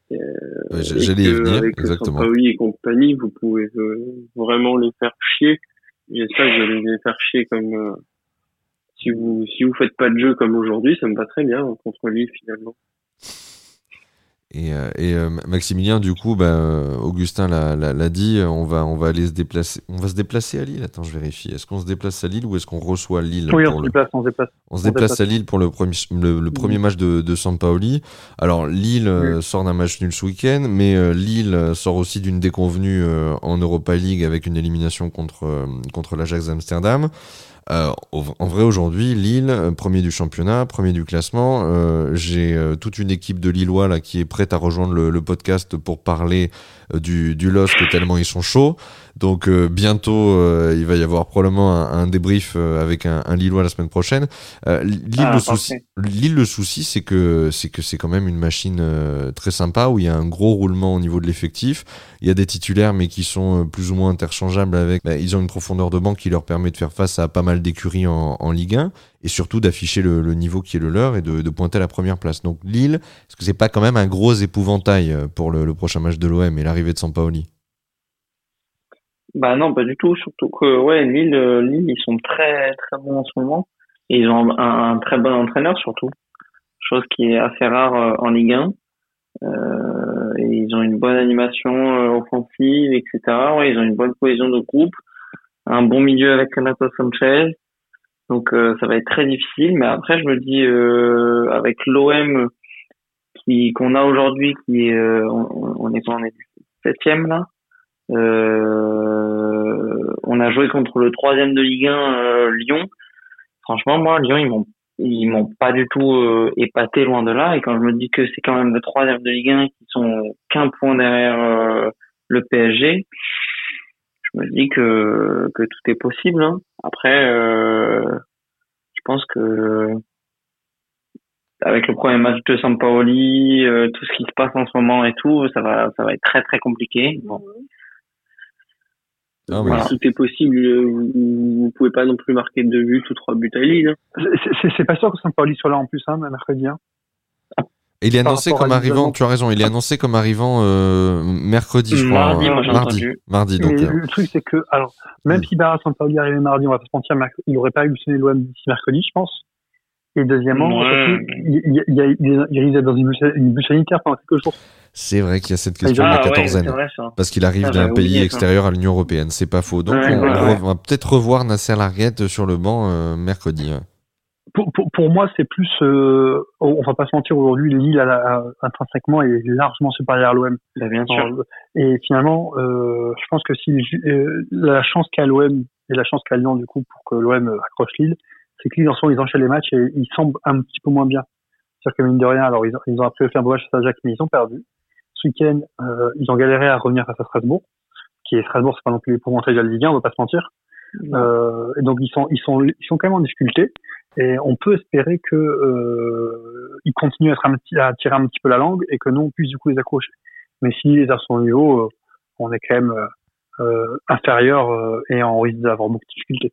Euh, Ouais, j'allais y venir, avec exactement. Sampaoli et compagnie, vous pouvez euh, vraiment les faire chier. J'espère que vous allez les faire chier comme euh, si vous si vous faites pas de jeu comme aujourd'hui, ça me va très bien hein, contre Lille finalement. Et, euh, et euh, Maximilien, du coup, bah, euh, Augustin l'a, l'a, l'a dit, on va, on va aller se déplacer. On va se déplacer à Lille. Attends, je vérifie. Est-ce qu'on se déplace à Lille ou est-ce qu'on reçoit Lille Oui, pour on se le... déplace, on se déplace. On se déplace à Lille pour le premier, le, le premier match de, de Sampaoli. Alors, Lille euh, Oui. sort d'un match nul ce week-end, mais euh, Lille sort aussi d'une déconvenue euh, en Europa League avec une élimination contre, euh, contre l'Ajax d'Amsterdam. Euh, en vrai, aujourd'hui, Lille, premier du championnat, premier du classement. Euh, j'ai euh, toute une équipe de Lillois là qui est prête à rejoindre le, le podcast pour parler euh, du, du L O S C tellement ils sont chauds. Donc euh, bientôt, euh, il va y avoir probablement un, un débrief euh, avec un, un Lillois la semaine prochaine. Euh, Lille, Ah, le souci, Lille, le souci, c'est que c'est que c'est quand même une machine euh, très sympa où il y a un gros roulement au niveau de l'effectif. Il y a des titulaires mais qui sont euh, plus ou moins interchangeables avec. Bah, ils ont une profondeur de banc qui leur permet de faire face à pas mal d'écuries en, en Ligue un et surtout d'afficher le, le niveau qui est le leur et de, de pointer à la première place. Donc Lille, est-ce que c'est pas quand même un gros épouvantail pour le, le prochain match de l'O M et l'arrivée de Sampaoli? Bah non, pas du tout. Surtout que ouais, Lille, euh, Lille, ils sont très très bons en ce moment. Et ils ont un, un très bon entraîneur surtout, chose qui est assez rare euh, en Ligue un. Euh, et ils ont une bonne animation euh, offensive, et cetera. Ouais, ils ont une bonne cohésion de groupe, un bon milieu avec Renato Sanchez. Donc euh, ça va être très difficile. Mais après, je me dis euh, avec l'O M qui qu'on a aujourd'hui, qui est euh, on, on est on est septième là. Euh, on a joué contre le troisième de Ligue un, euh, Lyon. Franchement, moi, Lyon, ils m'ont, ils m'ont pas du tout euh, épaté, loin de là. Et quand je me dis que c'est quand même le troisième de Ligue un, qui sont qu'un point derrière euh, le P S G, je me dis que que tout est possible. Hein. Après, euh, je pense que avec le premier match de Sampaoli, euh, tout ce qui se passe en ce moment et tout, ça va, ça va être très très compliqué. Bon. Ah, voilà. Tout est possible. Vous, vous pouvez pas non plus marquer deux buts ou trois buts à Lille. Hein. C'est, c'est, c'est pas sûr que Sampaoli soit là en plus, hein, mercredi. Hein. Et il est annoncé comme arrivant, tu as raison, il est annoncé comme arrivant euh, mercredi, je crois. Mardi, moi j'ai mardi, entendu. mardi, donc. Mais euh... le truc, c'est que, alors, même mmh. si Barra Sampaoli arrivait mardi, on va pas se mentir, il aurait pas révolutionné l'O M d'ici mercredi, je pense. Et deuxièmement, ouais. il, il, il, il, il risque d'être dans une bulle, une bulle sanitaire pendant quelques jours. C'est vrai qu'il y a cette question ah, de la quatorzaine. Ouais, parce qu'il arrive ça, d'un pays oublié, extérieur ça. à l'Union européenne, c'est pas faux. Donc, ouais, on, ouais, on, ouais. on va peut-être revoir Nasser Larguette sur le banc euh, mercredi. Ouais. Pour, pour, pour moi, c'est plus, euh, on va pas se mentir, aujourd'hui, Lille, à la, à, intrinsèquement, est largement supérieur à l'O M. Bah, bien sûr. Alors, et finalement, euh, je pense que si euh, la chance qu'a l'O M et la chance qu'a Lyon, du coup, pour que l'O M accroche Lille, c'est que Lille, en ce moment, ils enchaînent les matchs et ils semblent un petit peu moins bien. C'est-à-dire que mine de rien, alors, ils ont, ils ont appris à faire un beau match à Ajax, mais ils ont perdu. Ce week-end, euh, ils ont galéré à revenir face à Strasbourg, qui est Strasbourg, c'est pas non plus pour montrer de la Ligue un, on va pas se mentir. Euh, et donc, ils sont, ils sont, ils sont quand même en difficulté. Et on peut espérer que euh, ils continuent à, être un petit, à tirer un petit peu la langue et que nous on puisse du coup les accrocher. Mais si les à son niveau, euh, on est quand même euh, inférieur euh, et on risque d'avoir beaucoup de difficultés.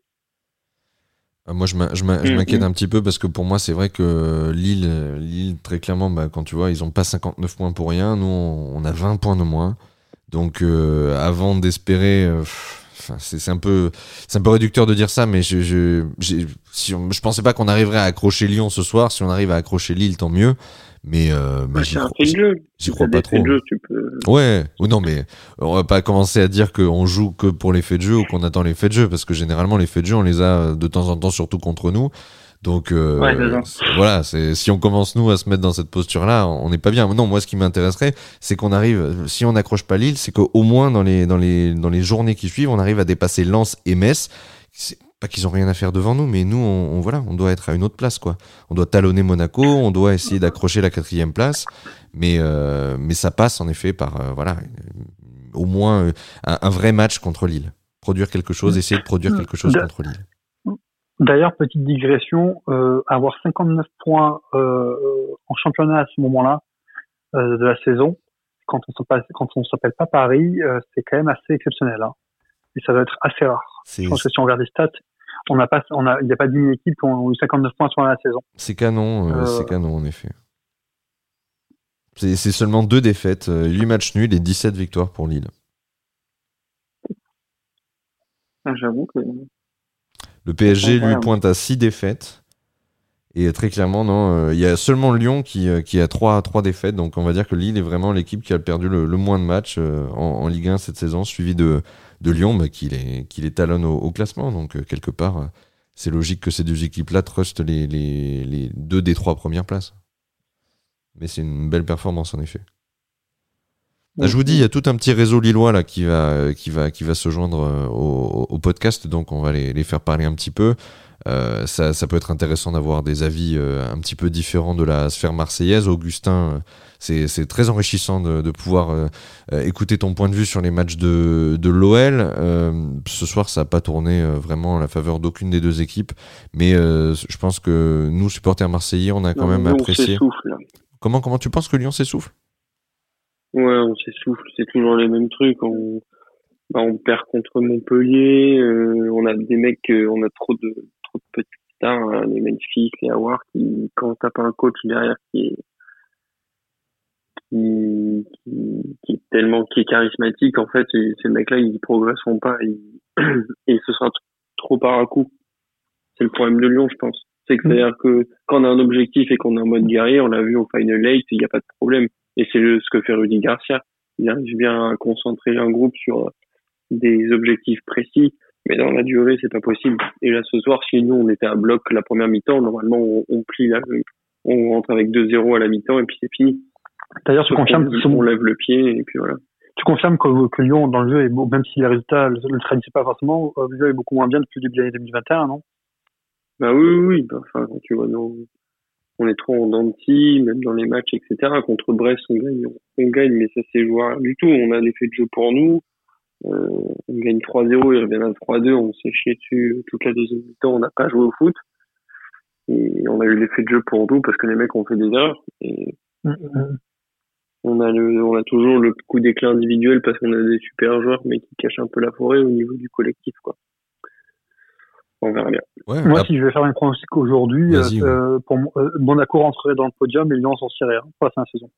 Moi, je m'inquiète un petit peu parce que pour moi, c'est vrai que Lille, Lille très clairement, bah, quand tu vois, ils ont pas cinquante-neuf points pour rien. Nous, on a vingt points de moins. Donc, euh, avant d'espérer. Euh, Enfin, c'est, c'est un peu, c'est un peu réducteur de dire ça, mais je, je, j'ai, si on, je pensais pas qu'on arriverait à accrocher Lyon ce soir. Si on arrive à accrocher Lille, tant mieux. Mais, euh, mais ouais, j'y, c'est un crois, fait de jeu. j'y crois pas trop. De jeu, tu peux... Ouais, ou non, mais on va pas commencer à dire qu'on joue que pour les faits de jeu ou qu'on attend les faits de jeu, parce que généralement les faits de jeu, on les a de temps en temps, surtout contre nous. Donc euh, ouais, c'est voilà, c'est, si on commence nous à se mettre dans cette posture-là, on n'est pas bien. Non, moi ce qui m'intéresserait, c'est qu'on arrive, si on n'accroche pas Lille, c'est qu'au moins dans les dans les dans les journées qui suivent, on arrive à dépasser Lens et Metz. C'est pas qu'ils ont rien à faire devant nous, mais nous, on, on voilà, on doit être à une autre place, quoi. On doit talonner Monaco, on doit essayer d'accrocher la quatrième place, mais euh, mais ça passe en effet par euh, voilà, au moins euh, un, un vrai match contre Lille, produire quelque chose, essayer de produire quelque chose contre Lille. D'ailleurs, petite digression, euh, avoir cinquante-neuf points euh, en championnat à ce moment-là euh, de la saison, quand on s'appelle, quand on s'appelle pas Paris, euh, c'est quand même assez exceptionnel. Hein. Et ça doit être assez rare. C'est... Je pense que si on regarde les stats, on n'a pas, on a, il n'y a pas dix équipes qui ont eu cinquante-neuf points sur la saison. C'est canon, euh, euh... c'est canon en effet. C'est, c'est seulement deux défaites, huit matchs nuls et dix-sept victoires pour Lille. Ah, j'avoue que... Le P S G, lui, pointe à six défaites. Et très clairement, non, il euh, y a seulement Lyon qui, euh, qui a trois défaites. Donc on va dire que Lille est vraiment l'équipe qui a perdu le, le moins de matchs euh, en, en Ligue un cette saison, suivi de, de Lyon bah, qui, les, qui les talonne au, au classement. Donc euh, quelque part, euh, c'est logique que ces deux équipes-là trustent les, les, les deux des trois premières places. Mais c'est une belle performance en effet. Là, je vous dis, il y a tout un petit réseau lillois là, qui, va, qui, va, qui va se joindre euh, au, au podcast. Donc on va les, les faire parler un petit peu. Euh, ça, ça peut être intéressant d'avoir des avis euh, un petit peu différents de la sphère marseillaise. Augustin, euh, c'est, c'est très enrichissant de, de pouvoir euh, euh, écouter ton point de vue sur les matchs de, de l'O L. Euh, ce soir, ça n'a pas tourné euh, vraiment à la faveur d'aucune des deux équipes, mais euh, je pense que nous, supporters marseillais, on a quand non, même apprécié. Comment, comment tu penses que Lyon s'essouffle ? Ouais, on s'essouffle, c'est toujours les mêmes trucs. On, bah, on perd contre Montpellier, euh, on a des mecs, euh, on a trop de trop de petites stars, hein, les Memphis, les Awar, qui, quand t'as pas un coach derrière qui est qui, qui, qui est tellement qui est charismatique, en fait, et ces mecs-là, ils progresseront pas, et, et ce sera t- trop par à coup. C'est le problème de Lyon, je pense. C'est que c'est-à-dire que quand on a un objectif et qu'on est en mode guerrier, on l'a vu au Final Eight, il n'y a pas de problème. Et c'est le, ce que fait Rudy Garcia. Il arrive bien à concentrer un groupe sur des objectifs précis, mais dans la durée, c'est pas possible. Et là, ce soir, si nous, on était à bloc la première mi-temps, normalement, on, on plie là, on rentre avec deux zéro à la mi-temps et puis c'est fini. D'ailleurs, tu confirmes qu'on on lève le pied et puis voilà. Tu confirmes que, que Lyon, dans le jeu, est beau, même si les résultats le, le traduisent pas forcément, le jeu est beaucoup moins bien depuis le début de l'année deux mille vingt et un, non? Bah oui, oui, oui. Bah, enfin, quand tu vois, non, on est trop en dents de scie, même dans les matchs, et cetera. Contre Brest, on gagne, on, on gagne, mais ça, c'est joué rien du tout. On a l'effet de jeu pour nous. Euh, on gagne trois zéro, ils reviennent à trois deux, on s'est chié dessus toute la deuxième mi-temps, on n'a pas joué au foot. Et on a eu l'effet de jeu pour nous parce que les mecs ont fait des erreurs. Et mm-hmm. on a le, on a toujours le coup d'éclat individuel parce qu'on a des super joueurs, mais qui cachent un peu la forêt au niveau du collectif, quoi. On verra bien. Ouais, Moi, bah... si je vais faire un pronostic aujourd'hui, euh, pour euh, Monaco rentrerait dans le podium et Lyon s'en tirerait hein, pour la fin de saison.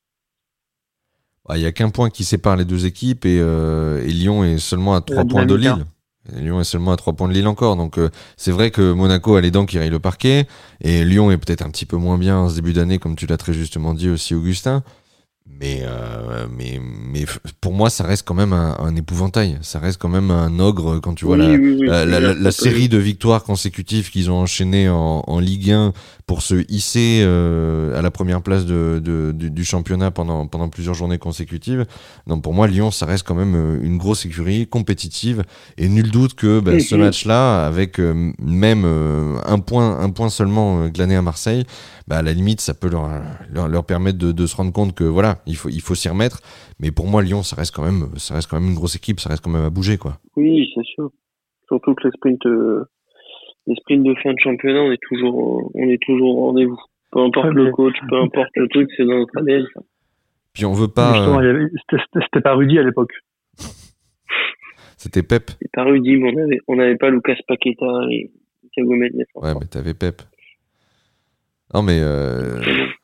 Il n'y a qu'un point qui sépare les deux équipes et, euh, et Lyon est seulement à trois points de Lille. Et Lyon est seulement à trois points de Lille encore. Donc euh, c'est vrai que Monaco a les dents qui rayent le parquet et Lyon est peut-être un petit peu moins bien en ce début d'année, comme tu l'as très justement dit aussi, Augustin. Mais, euh, mais, mais pour moi, ça reste quand même un, un épouvantail. Ça reste quand même un ogre quand tu vois oui, la, oui, oui, la, la, la, la série de victoires consécutives qu'ils ont enchaînées en, en Ligue un pour se hisser euh, à la première place de, de, du, du championnat pendant, pendant plusieurs journées consécutives. Donc pour moi, Lyon, ça reste quand même une grosse écurie compétitive et nul doute que bah, ce match-là, avec euh, même euh, un point, un point seulement euh, glané à Marseille, bah, à la limite, ça peut leur, leur, leur permettre de, de se rendre compte que voilà, il faut, il faut s'y remettre. Mais pour moi, Lyon, ça reste quand même, ça reste quand même une grosse équipe, ça reste quand même à bouger, quoi. Oui, c'est sûr. Surtout que les sprints, euh, les sprints de fin de championnat, on est toujours, on est toujours au rendez-vous. Peu importe le coach, peu importe le truc, c'est dans notre A D N, ça. Puis on veut pas. Euh... C'était, c'était pas Rudy à l'époque. C'était Pep. C'était pas Rudy, mais on avait, on avait pas Lucas Paqueta et Thiago Mendes. Ouais, mais t'avais Pep. Non mais euh...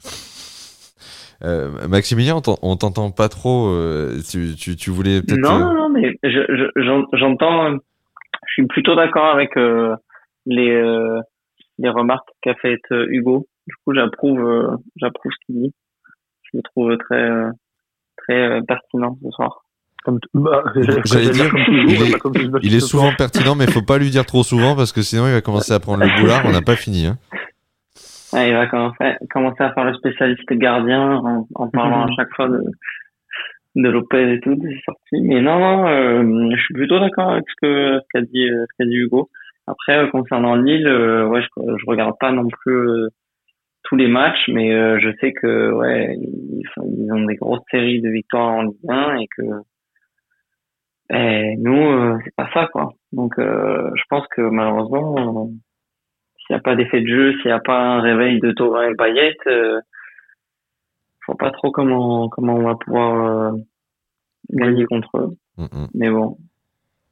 euh, Maximilien, on, on t'entend pas trop. Euh, tu, tu, tu voulais peut-être. Non, non, non, mais je, je, j'entends. Je suis plutôt d'accord avec euh, les euh, les remarques qu'a fait Hugo. Du coup, j'approuve, euh, j'approuve ce qu'il dit. Je le trouve très euh, très euh, pertinent ce soir. Comme t- bah, J'allais dire, il est, il est souvent pertinent, mais faut pas lui dire trop souvent parce que sinon il va commencer à prendre le boulard. On n'a pas fini, hein. Ouais, il va commencer, commencer à faire le spécialiste gardien en, en parlant mmh. à chaque fois de, de Lopez et tout, des sorties. Mais non, non, euh, je suis plutôt d'accord avec ce que ce qu'a dit, ce qu'a dit Hugo. Après, euh, concernant Lille, euh, ouais, je, je regarde pas non plus euh, tous les matchs, mais euh, je sais que ouais, ils, ils ont des grosses séries de victoires en Ligue un et que eh, nous, euh, c'est pas ça, quoi. Donc, euh, je pense que malheureusement. Euh, S'il n'y a pas d'effet de jeu, s'il n'y a pas un réveil de Thauvin et Payet, euh, je vois pas trop comment comment on va pouvoir euh, gagner contre eux. Mm-hmm. Mais bon.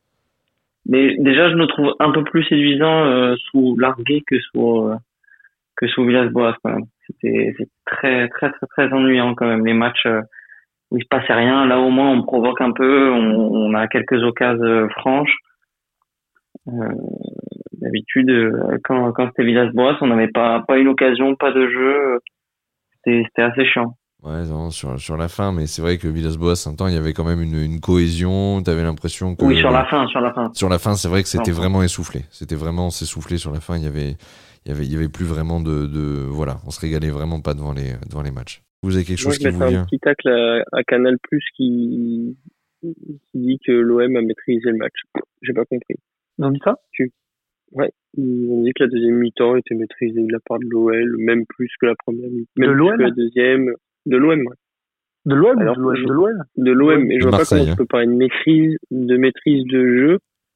Mais déjà, je nous trouve un peu plus séduisant euh, sous Largué que sous euh, que sous Villas-Boas quand même. C'était, c'était très, très, très, très ennuyant quand même les matchs euh, où il se passait rien. Là au moins on provoque un peu, on, on a quelques occasions franches. Euh, d'habitude, euh, quand, quand c'était Villas-Boas, on n'avait pas, pas une occasion, pas de jeu. C'était, c'était assez chiant. Ouais, non, sur, sur la fin, mais c'est vrai que Villas-Boas, un temps, il y avait quand même une, une cohésion. T'avais l'impression que. Oui, sur la fin, sur la fin. Sur la fin, c'est vrai que c'était Enfin. vraiment essoufflé. C'était vraiment s'essoufflé sur la fin. Il y avait, il y avait, il y avait plus vraiment de, de, voilà, on se régalait vraiment pas devant les, devant les matchs. Vous avez quelque Moi, chose je qui vous mettrais vient? un petit tacle à, à Canal Plus qui, qui dit que l'O M a maîtrisé le match. J'ai pas compris. Ils ont dit ça? Ouais, ils ont dit que la deuxième mi-temps était maîtrisée de la part de l'O L, même plus que la première mi-temps. Même De plus l'O M? que la deuxième. De l'O M, ouais. De l'O M Alors, ou de je- l'O L? De l'O M, et je De vois Marseille, pas comment hein. tu peux parler de maîtrise, de maîtrise de jeu,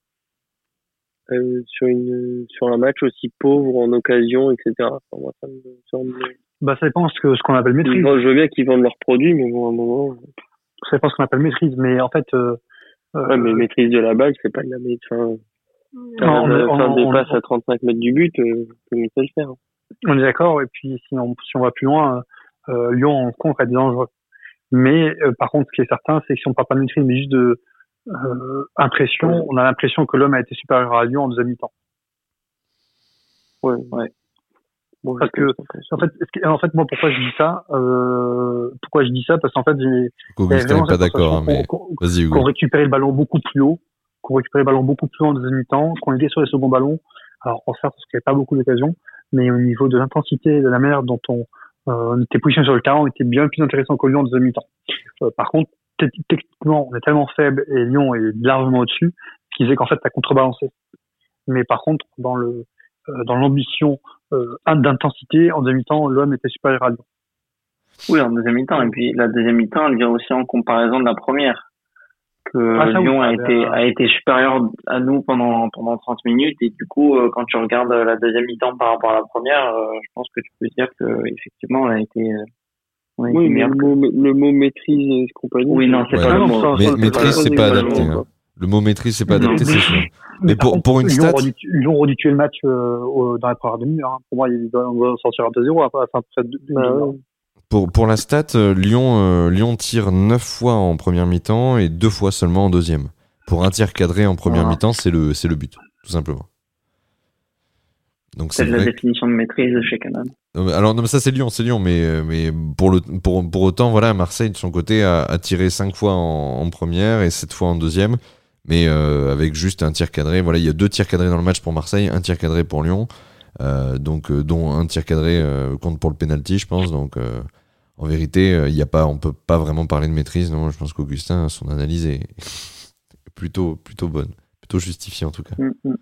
euh, sur une, sur un match aussi pauvre en occasion, et cetera. Enfin, moi, ça me semble. Bah, ça dépend ce que, ce qu'on appelle Ils maîtrise. vendent- je veux bien qu'ils vendent leurs produits, mais bon, à un moment. Ça dépend ce qu'on appelle maîtrise. Mais en fait, euh, euh, Ouais, mais maîtrise de la balle, c'est pas de la maîtrise. Enfin, faire, non, on est- euh, on- faire des on- passes à trente-cinq mètres du but, euh, tout le monde sait le faire. on est d'accord. Et puis, si on, si on va plus loin, euh, Lyon, en contre, est dangereux. Mais, euh, par contre, ce qui est certain, c'est que si on parle pas de maîtrise, mais juste de, euh, impression, on a l'impression que l'homme a été supérieur à Lyon en deuxième mi-temps. Ouais, Ouais. Bon, Parce j'ai que, pas l'impression. en fait, est-ce que- en fait, moi, pourquoi je dis ça, euh, pourquoi je dis ça? Parce qu'en fait, j'ai, Augustin vraiment n'est pas cette d'accord, hein, sensation mais qu'on- qu'on- vas-y, qu'on Hugo. récupérait le ballon beaucoup plus haut, qu'on récupérait le ballon beaucoup plus haut en deuxième mi-temps, qu'on était sur les seconds ballons. Alors, en certes, parce qu'il n'y avait pas beaucoup d'occasions, mais au niveau de l'intensité, de la manière dont on, euh, on était positionné sur le terrain, on était bien plus intéressant que Lyon en deuxième mi-temps. Euh, par contre, t- techniquement, on est tellement faible et Lyon est largement au-dessus, ce qui faisait qu'en fait, t'as contrebalancé. Mais par contre, dans le, euh, dans l'ambition, euh, d'intensité, en deuxième mi-temps, l'homme était supérieur à Lyon. Oui, en deuxième mi-temps. Et puis la deuxième mi-temps, elle vient aussi en comparaison de la première. Que Ah, ça, oui, Lyon ça a avait été un- a été supérieur à nous pendant pendant trente minutes, et du coup euh, quand tu regardes la deuxième mi-temps par rapport à la première, euh, je pense que tu peux dire que effectivement on a été euh, on a été Oui, mais meilleur le que- mot, le mot maîtrise et compagnie. Oui, non, c'est Ouais, pas non, le non, mot. ça- Mais, ça- maîtrise, ça- c'est ça- pas ça- adapté. ça- Hein. Le mot maîtrise, c'est pas Non, adapté, mais- c'est sûr. Mais par pour, contre, pour une Lyon stat, aurait dû- Lyon aurait dû tuer le match euh, au- dans la première demi-heure. Hein. Pour moi, il doit, on doit sortir à deux zéro après, après près de deux Bah, demi-heure. ouais. pour, pour la stat, euh, Lyon, euh, Lyon tire neuf fois en première mi-temps et deux fois seulement en deuxième. Pour un tir cadré en première Ah. mi-temps, c'est le, c'est le but, tout simplement. Donc C'est c'est la vrai. définition de maîtrise chez Canal. Non, mais- Alors non, mais ça c'est Lyon, c'est Lyon, mais euh, mais pour le pour pour autant voilà, Marseille de son côté a, a tiré cinq fois en, en première et sept fois en deuxième, mais euh, avec juste un tir cadré. Voilà, il y a deux tirs cadrés dans le match pour Marseille, un tir cadré pour Lyon, euh, donc euh, dont un tir cadré euh, compte pour le penalty, je pense. Donc euh, en vérité, euh, il y a pas, on peut pas vraiment parler de maîtrise. Non, je pense qu'Augustin, son analyse est plutôt plutôt bonne, plutôt justifiée en tout cas. Mm, mm.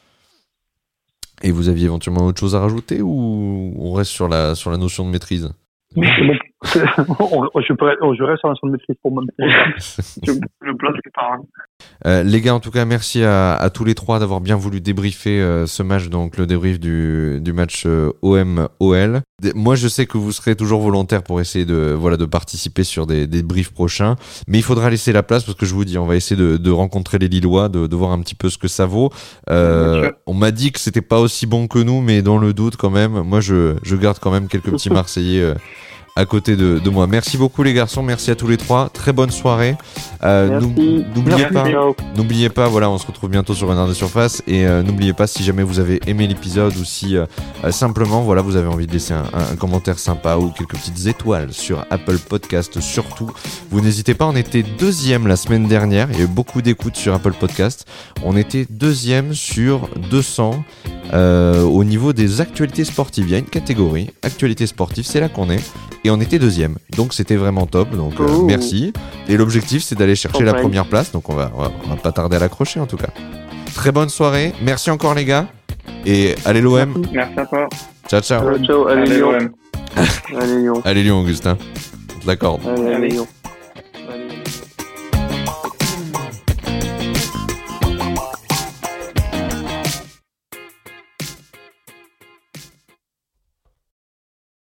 Et vous aviez éventuellement autre chose à rajouter ou on reste sur la sur la notion de maîtrise? Oui, c'est bon. On- je, pourrais, je reste sur la notion de maîtrise pour moi. Je, je bloque les paroles. Euh, les gars, en tout cas, merci à, à tous les trois d'avoir bien voulu débriefer euh, ce match, donc le débrief du, du match euh, O M O L. Des- Moi, je sais que vous serez toujours volontaire pour essayer de voilà de participer sur des, des briefs prochains, mais il faudra laisser la place parce que je vous dis, on va essayer de, de rencontrer les Lillois, de, de voir un petit peu ce que ça vaut. Euh, Bien sûr. on m'a dit que c'était pas aussi bon que nous, mais dans le doute quand même, moi je, je garde quand même quelques petits Marseillais euh, à côté de, de moi. Merci beaucoup les garçons, merci à tous les trois. Très bonne soirée. Euh, Merci. n'oub- N'oubliez Merci. pas. Ciao. N'oubliez pas, voilà, on se retrouve bientôt sur Renard de Surface et euh, n'oubliez pas si jamais vous avez aimé l'épisode ou si euh, euh, simplement voilà vous avez envie de laisser un, un- un commentaire sympa ou quelques petites étoiles sur Apple Podcast surtout, vous n'hésitez pas. On était deuxième la semaine dernière, il y a eu beaucoup d'écoutes sur Apple Podcast. On était deuxième sur deux cents euh, au niveau des actualités sportives. Il y a une catégorie actualités sportives, c'est là qu'on est et on était deuxième. Donc c'était vraiment top. Donc euh, Oh. merci. Et l'objectif c'est d'aller chercher la Campagne. première place. Donc on va, on va, on va pas tarder à l'accrocher en tout cas. Très bonne soirée. Merci encore les gars. Et allez l'O M. Merci à toi. Ciao ciao. Ciao, ciao. Allez, Allez, Lyon. O M. Allez, Lyon. Allez Lyon Augustin. On te l'accorde. Allez, allez, Allez. Lyon.